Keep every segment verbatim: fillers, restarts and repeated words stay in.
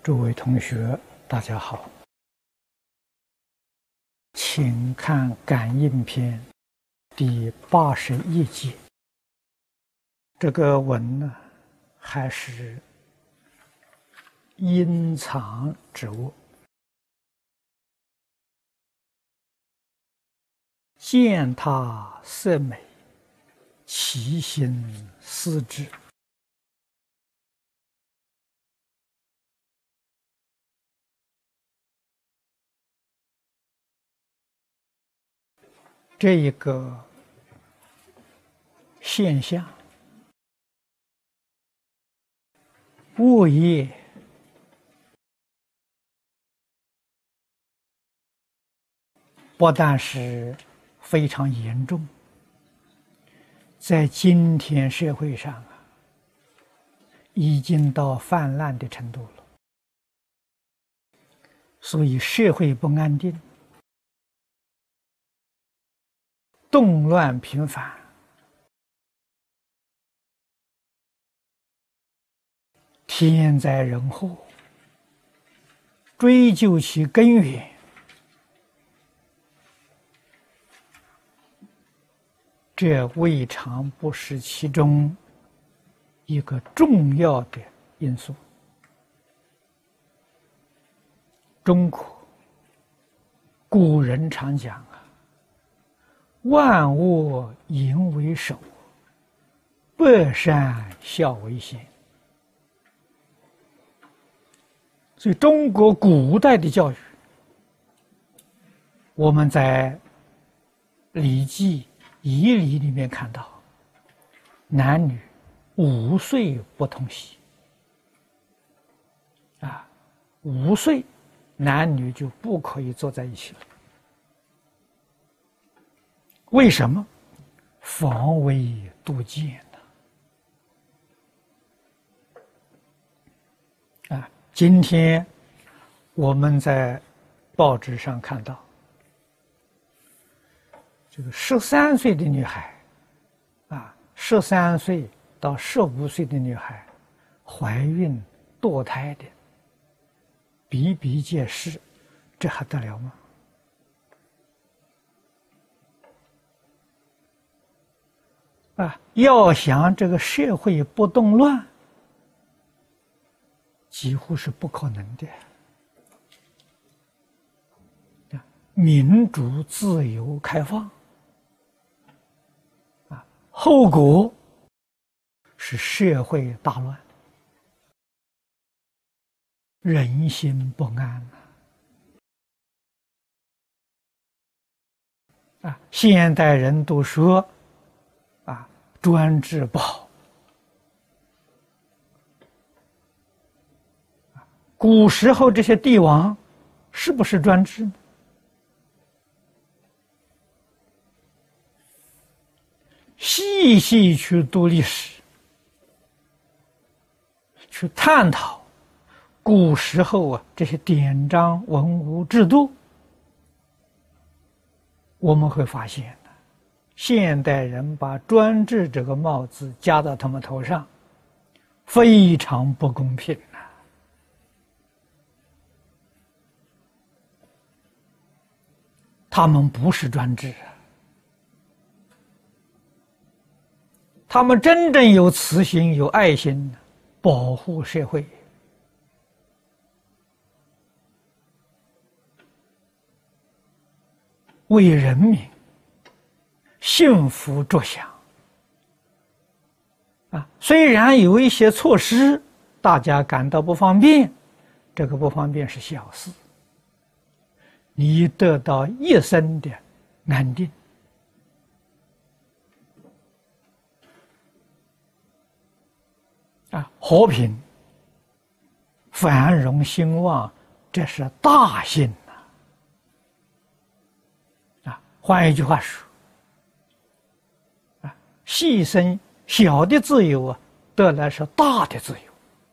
诸位同学，大家好，请看《感应篇》第八十一节。这个文呢，还是阴藏之物。见他色美，其心思之。这一个现象，物业不但是非常严重，在今天社会上啊，已经到泛滥的程度了。所以社会不安定，动乱频繁，天灾人祸，追究其根源，这未尝不是其中一个重要的因素。中国古人常讲啊，万恶淫为首，百善孝为先。所以中国古代的教育，我们在《礼记·仪礼》里面看到，男女五岁不通媳啊，五岁男女就不可以坐在一起了。为什么？防微杜渐呢？啊，今天我们在报纸上看到，这个十三岁的女孩，啊，十三岁到十五岁的女孩，怀孕堕胎的比比皆是，这还得了吗？啊，要想这个社会不动乱，几乎是不可能的。民主、自由、开放，啊，后果是社会大乱，人心不安啊！啊，现代人都说，啊，专制不好。古时候这些帝王是不是专制呢？细细去读历史，去探讨古时候啊这些典章文物制度，我们会发现呢，现代人把专制这个帽子加到他们头上，非常不公平啊！他们不是专制啊，他们真正有慈心、有爱心，保护社会，为人民幸福着想啊！虽然有一些措施大家感到不方便，这个不方便是小事，你得到一生的安定。啊，和平、繁荣、兴旺，这是大幸呐！啊，换一句话说，啊，牺牲小的自由啊，得来是大的自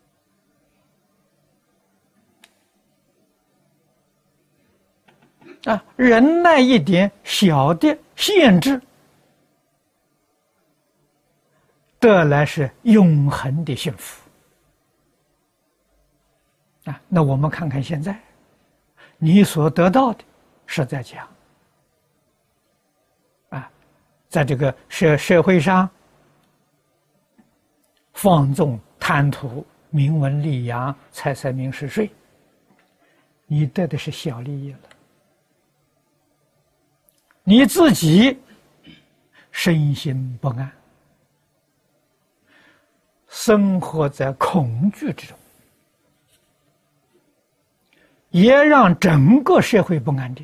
由。啊，忍耐一点小的限制，得来是永恒的幸福。 啊，那我们看看现在，你所得到的是在讲啊，在这个社社会上放纵贪图名闻利养、财色名食睡，你得的是小利益了，你自己身心不安，生活在恐惧之中，也让整个社会不安定，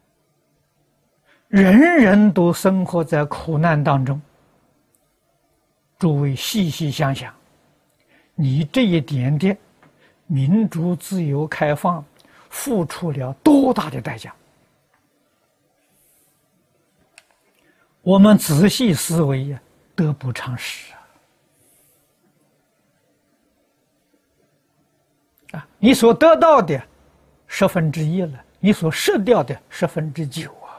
人人都生活在苦难当中。诸位细细想想，你这一点点民主、自由、开放付出了多大的代价？我们仔细思维呀，得不偿失啊！啊，你所得到的十分之一了，你所失掉的十分之九啊！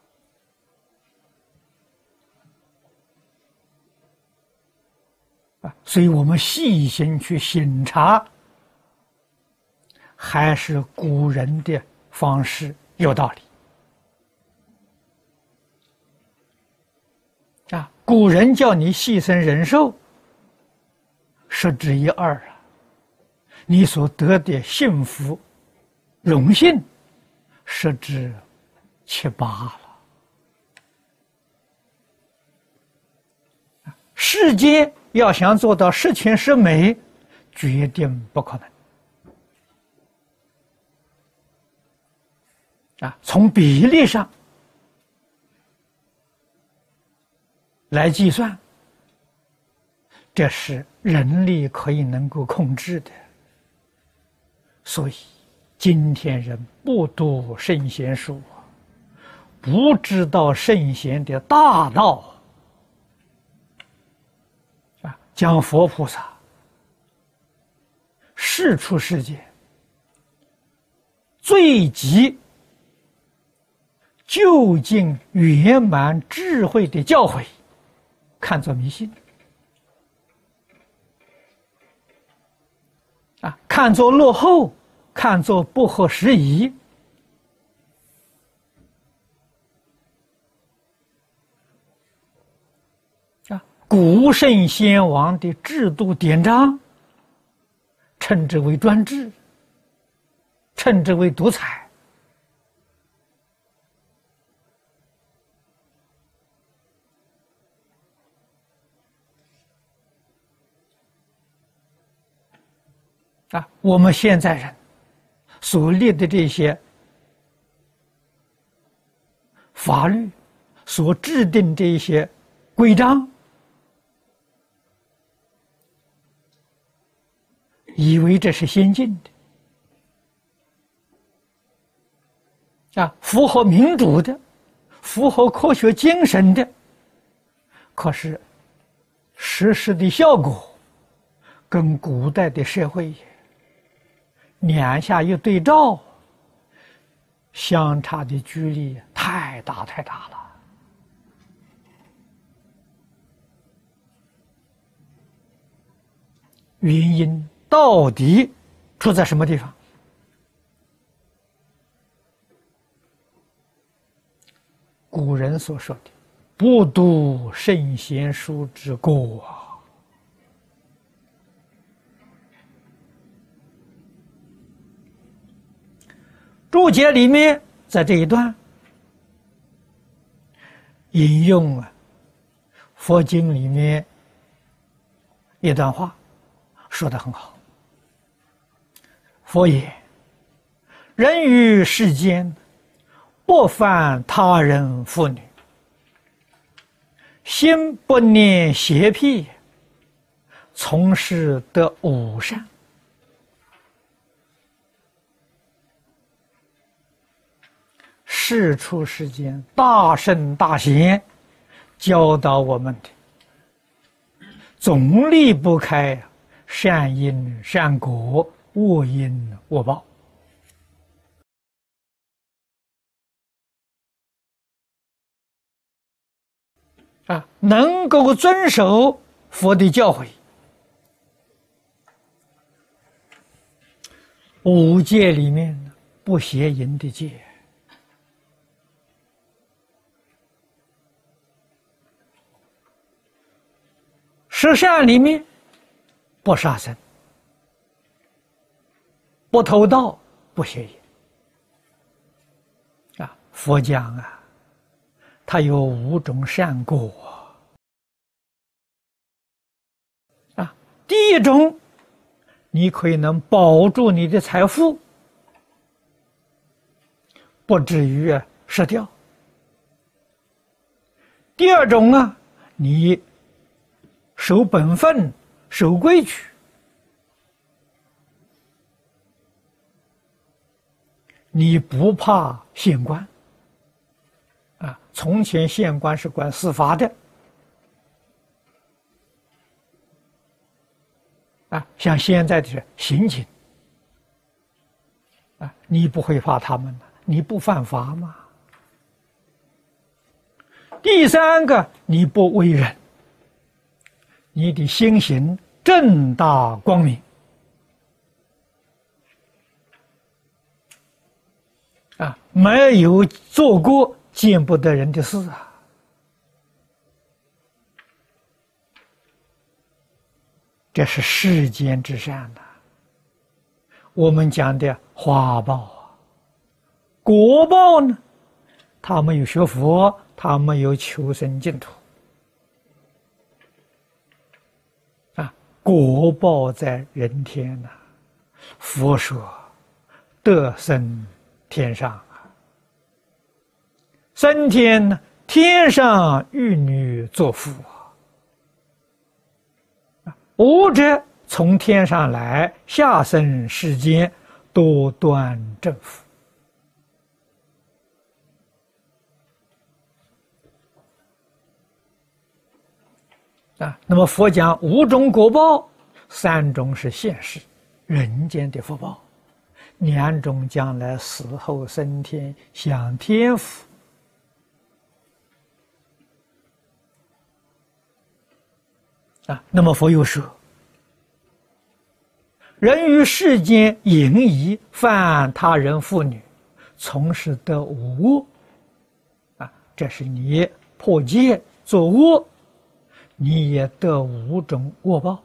啊，所以我们细心去审查，还是古人的方式有道理。啊，古人叫你牺牲忍受，十之一二啊，你所得的幸福、荣幸，十之七八了。世界要想做到十全十美，决定不可能。啊，从比例上来计算，这是人力可以能够控制的。所以今天人不读圣贤书，不知道圣贤的大道啊，讲佛菩萨世出世间最极究竟圆满智慧的教诲看作迷信啊，看作落后，看作不合时宜啊。古圣先王的制度典章，称之为专制，称之为独裁。啊，我们现在人所立的这些法律，所制定这些规章，以为这是先进的，啊，符合民主的，符合科学精神的，可是实施的效果跟古代的社会两下一对照，相差的距离太大太大了。原因到底出在什么地方？古人所说的“不读圣贤书之过”啊。注解里面在这一段引用啊佛经里面一段话，说得很好。佛言：人于世间，不犯他人妇女，心不念邪僻，从事得五善。世出世间大圣大贤教导我们的，总离不开善因善果，恶因恶报啊，能够遵守佛的教诲， 五戒里面不邪淫的戒，十善里面不杀生、不偷盗、不邪淫。啊，佛讲啊，它有五种善果啊。第一种，你可以能保住你的财富，不至于失掉。第二种啊，你守本分、守规矩，你不怕县官啊。从前县官是管司法的啊，像现在的是刑警啊，你不会怕他们吗？你不犯法吗？第三个，你不为人，你的心行正大光明啊，没有做过见不得人的事啊。这是世间之善呐、啊。我们讲的花报啊，果报呢，他没有学佛，他没有求生净土啊。果报在人天呐、啊，佛说得生天上啊，升天呢，天上玉女作福啊，无者从天上来，下生世间，多断正福啊。那么佛讲五种果报，三种是现世人间的福报，两种将来死后升天享天福啊。那么佛又说，人于世间淫逸犯他人妇女，从事得无恶啊，这是你破戒作恶，你也得五种恶报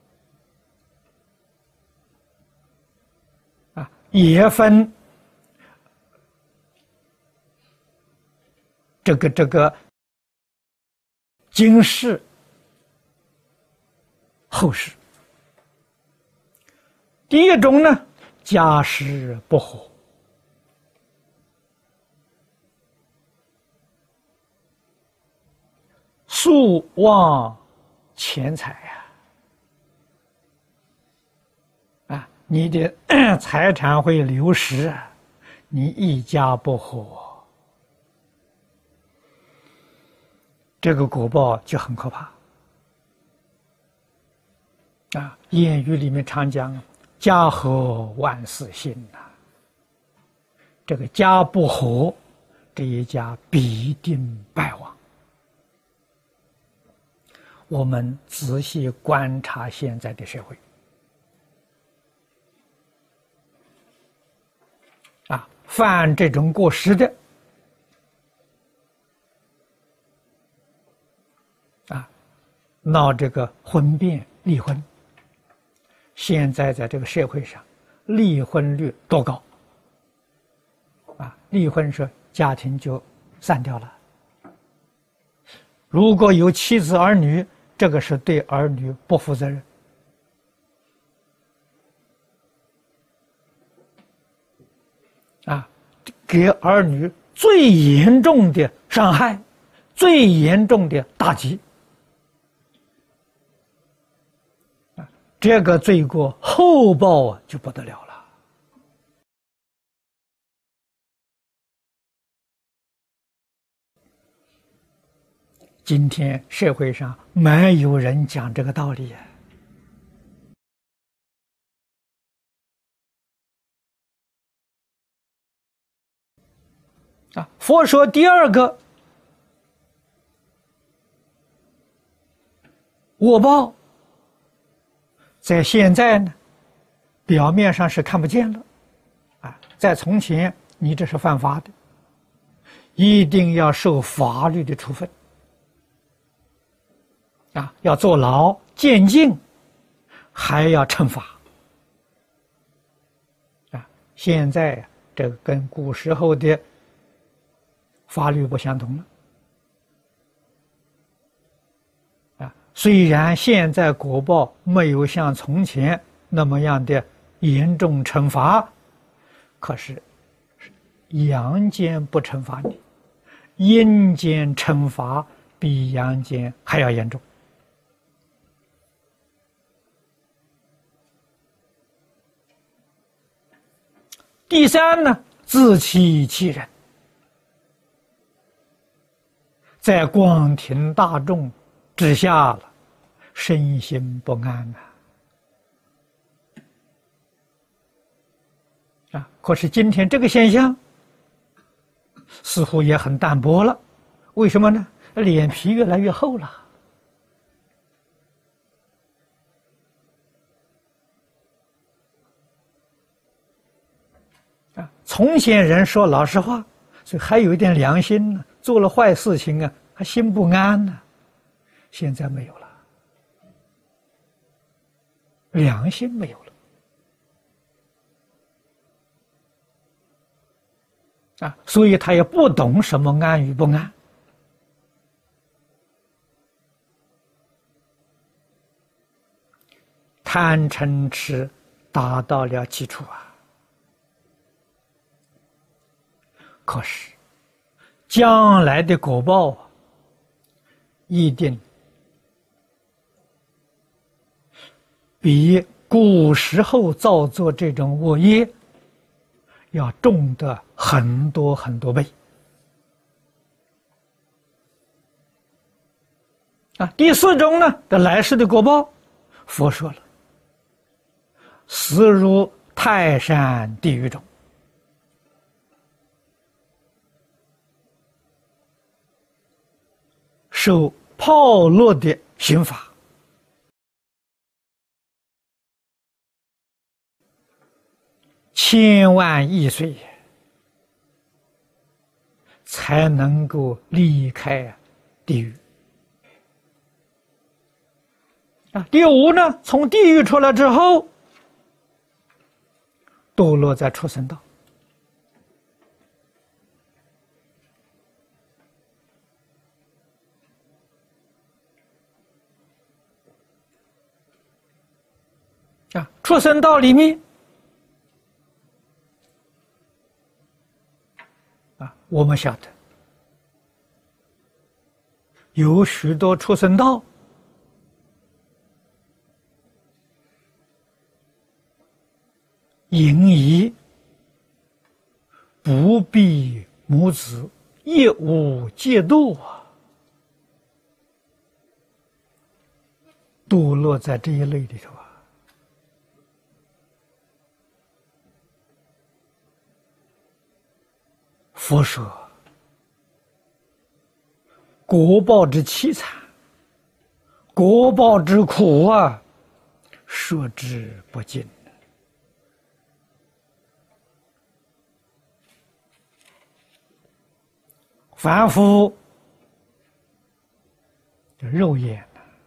啊，也分这个这个今世后世。第一种呢，家事不和，速忘钱财啊，啊，你的财产会流失，你一家不和，这个果报就很可怕啊。谚语里面常讲，家和万事兴呐、啊，这个家不和，这一家必定败亡。我们仔细观察现在的社会啊，犯这种过失的啊，闹这个婚变离婚，现在在这个社会上离婚率多高啊！离婚说家庭就散掉了，如果有妻子儿女，这个是对儿女不负责任啊，给儿女最严重的伤害，最严重的打击啊，这个罪过后报啊就不得了了。今天社会上没有人讲这个道理啊！啊，佛说第二个恶报，在现在呢， 表面上是看不见了，啊，在从前你这是犯法的，一定要受法律的处分，啊，要坐牢、监禁，还要惩罚，啊，现在这个跟古时候的法律不相同了。虽然现在国报没有像从前那么样的严重惩罚，可是阳间不惩罚你，阴间惩罚比阳间还要严重。第三呢，自欺欺人，在光庭大众之下了，身心不安啊！啊，可是今天这个现象似乎也很淡薄了，为什么呢？脸皮越来越厚了。啊，从前人说老实话，所以还有一点良心呢，做了坏事情啊，还心不安呢。现在没有了，良心没有了。啊，所以他也不懂什么安与不安。贪嗔痴达到了基础啊，可是将来的果报啊，一定比古时候造作这种恶业要重得很多很多倍啊！第四种呢，的来世的果报，佛说了，死入泰山地狱中，受炮烙的刑罚，千万亿岁才能够离开地狱啊。第五呢，从地狱出来之后，堕落在畜生道。啊，畜生道里面啊，我们晓得有许多畜生道淫夷不避母子，业无戒度啊，堕落在这一类里头啊。佛说果报之凄惨，果报之苦啊，说之不尽。凡夫的肉眼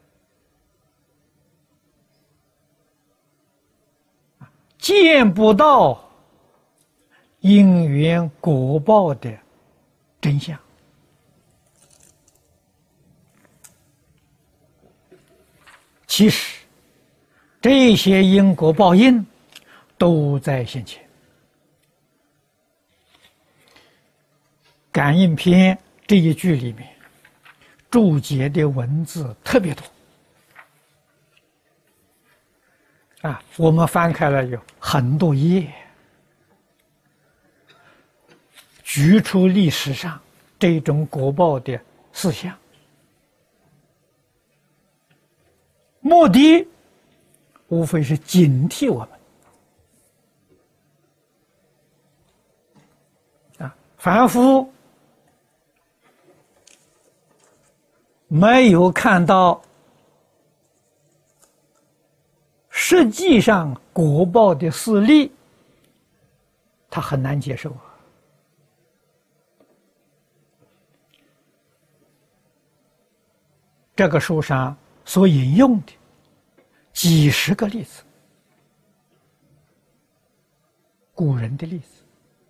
啊，见不到因缘果报的真相。其实这些因果报应都在现前。感应篇这一句里面注解的文字特别多啊，我们翻开了有很多页，举出历史上这种果报的事项，目的无非是警惕我们啊，凡夫没有看到实际上果报的事例，他很难接受啊。这个书上所引用的几十个例子，古人的例子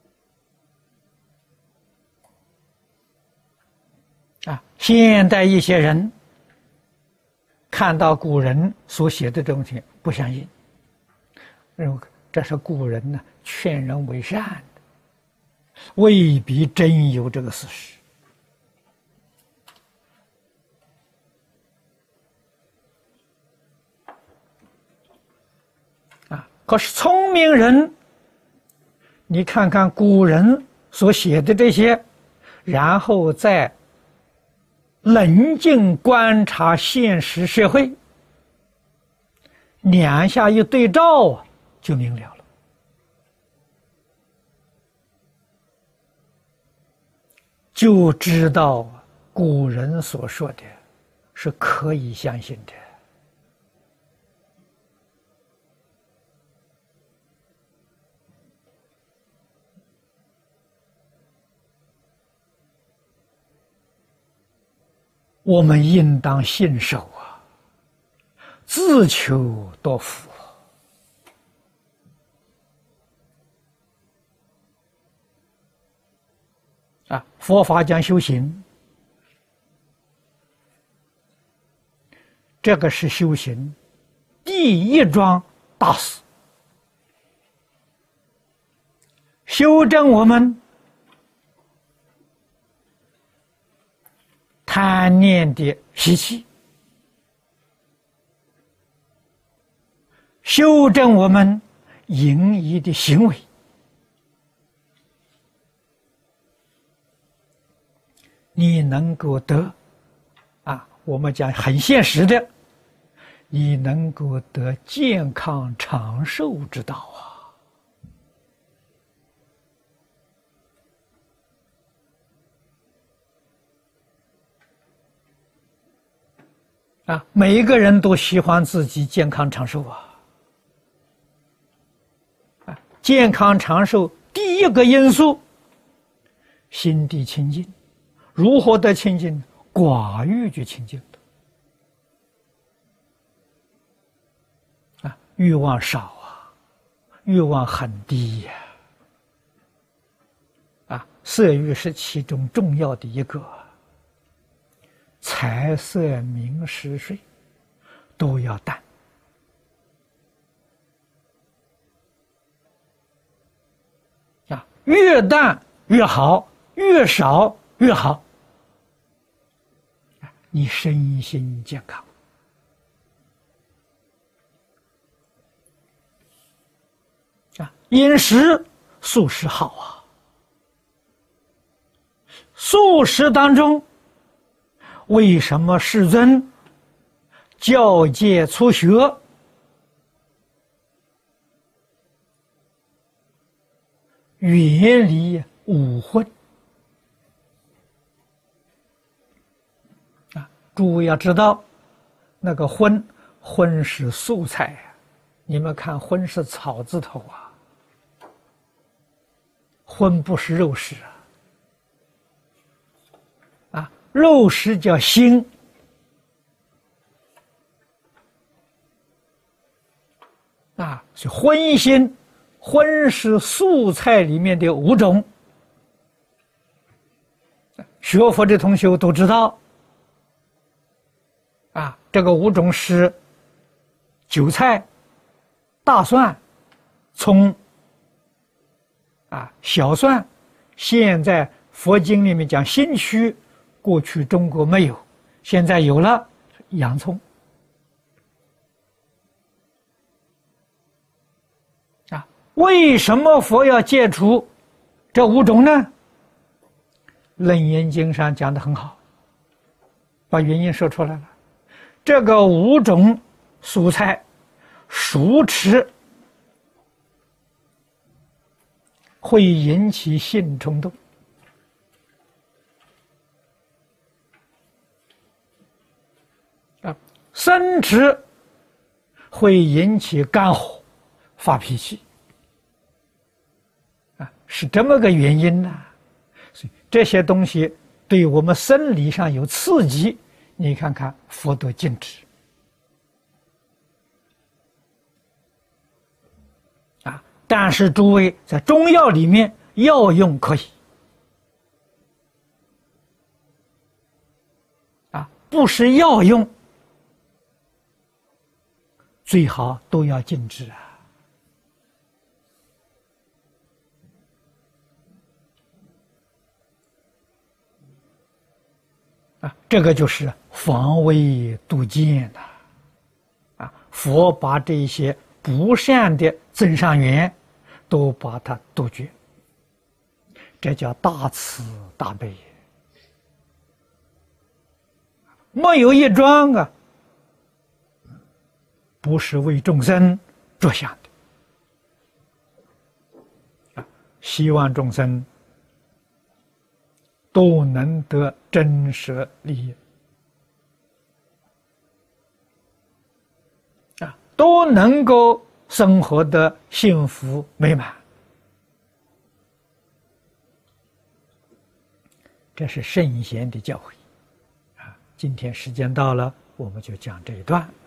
啊，现代一些人看到古人所写的东西不相信，认为这是古人呢劝人为善的，未必真有这个事实。啊，可是聪明人，你看看古人所写的这些，然后再冷静观察现实社会，两下一对照啊，就明了了。就知道古人所说的是可以相信的。我们应当信守啊，自求多福啊！佛法讲修行，这个是修行第一桩大事，修正我们贪念的习气，修正我们淫逸的行为，你能够得啊，我们讲很现实的，你能够得健康长寿之道啊！啊，每一个人都喜欢自己健康长寿啊！啊，健康长寿第一个因素，心地清净。如何得清净？寡欲就清净了。啊，欲望少啊，欲望很低呀。啊，色欲是其中重要的一个。财色名食睡都要淡啊，越淡越好，越少越好，你身心健康啊。饮食素食好啊，素食当中。为什么世尊教诫初学远离五荤啊？诸位要知道，那个荤荤是素菜啊，你们看荤是草字头啊，荤不是肉食啊。肉食叫腥啊，是荤腥，荤是素菜里面的五种。学佛的同学都知道啊，这个五种是韭菜、大蒜、葱啊、小蒜。现在佛经里面讲新区。过去中国没有，现在有了洋葱啊。为什么佛要戒除这五种呢？楞严经上讲得很好，把原因说出来了。这个五种蔬菜熟吃会引起性冲动。生吃会引起肝火，发脾气，啊，是这么个原因呢。所以这些东西对我们生理上有刺激，你看看佛都禁止。啊，但是诸位在中药里面，药用可以，啊，不是药用，最好都要禁止啊。啊，这个就是防微杜渐呐！啊，佛把这些不善的增上缘都把它杜绝，这叫大慈大悲。没有一桩啊，不是为众生着想的。啊，希望众生都能得真实利益，啊，都能够生活的幸福美满。这是圣贤的教诲，啊，今天时间到了，我们就讲这一段。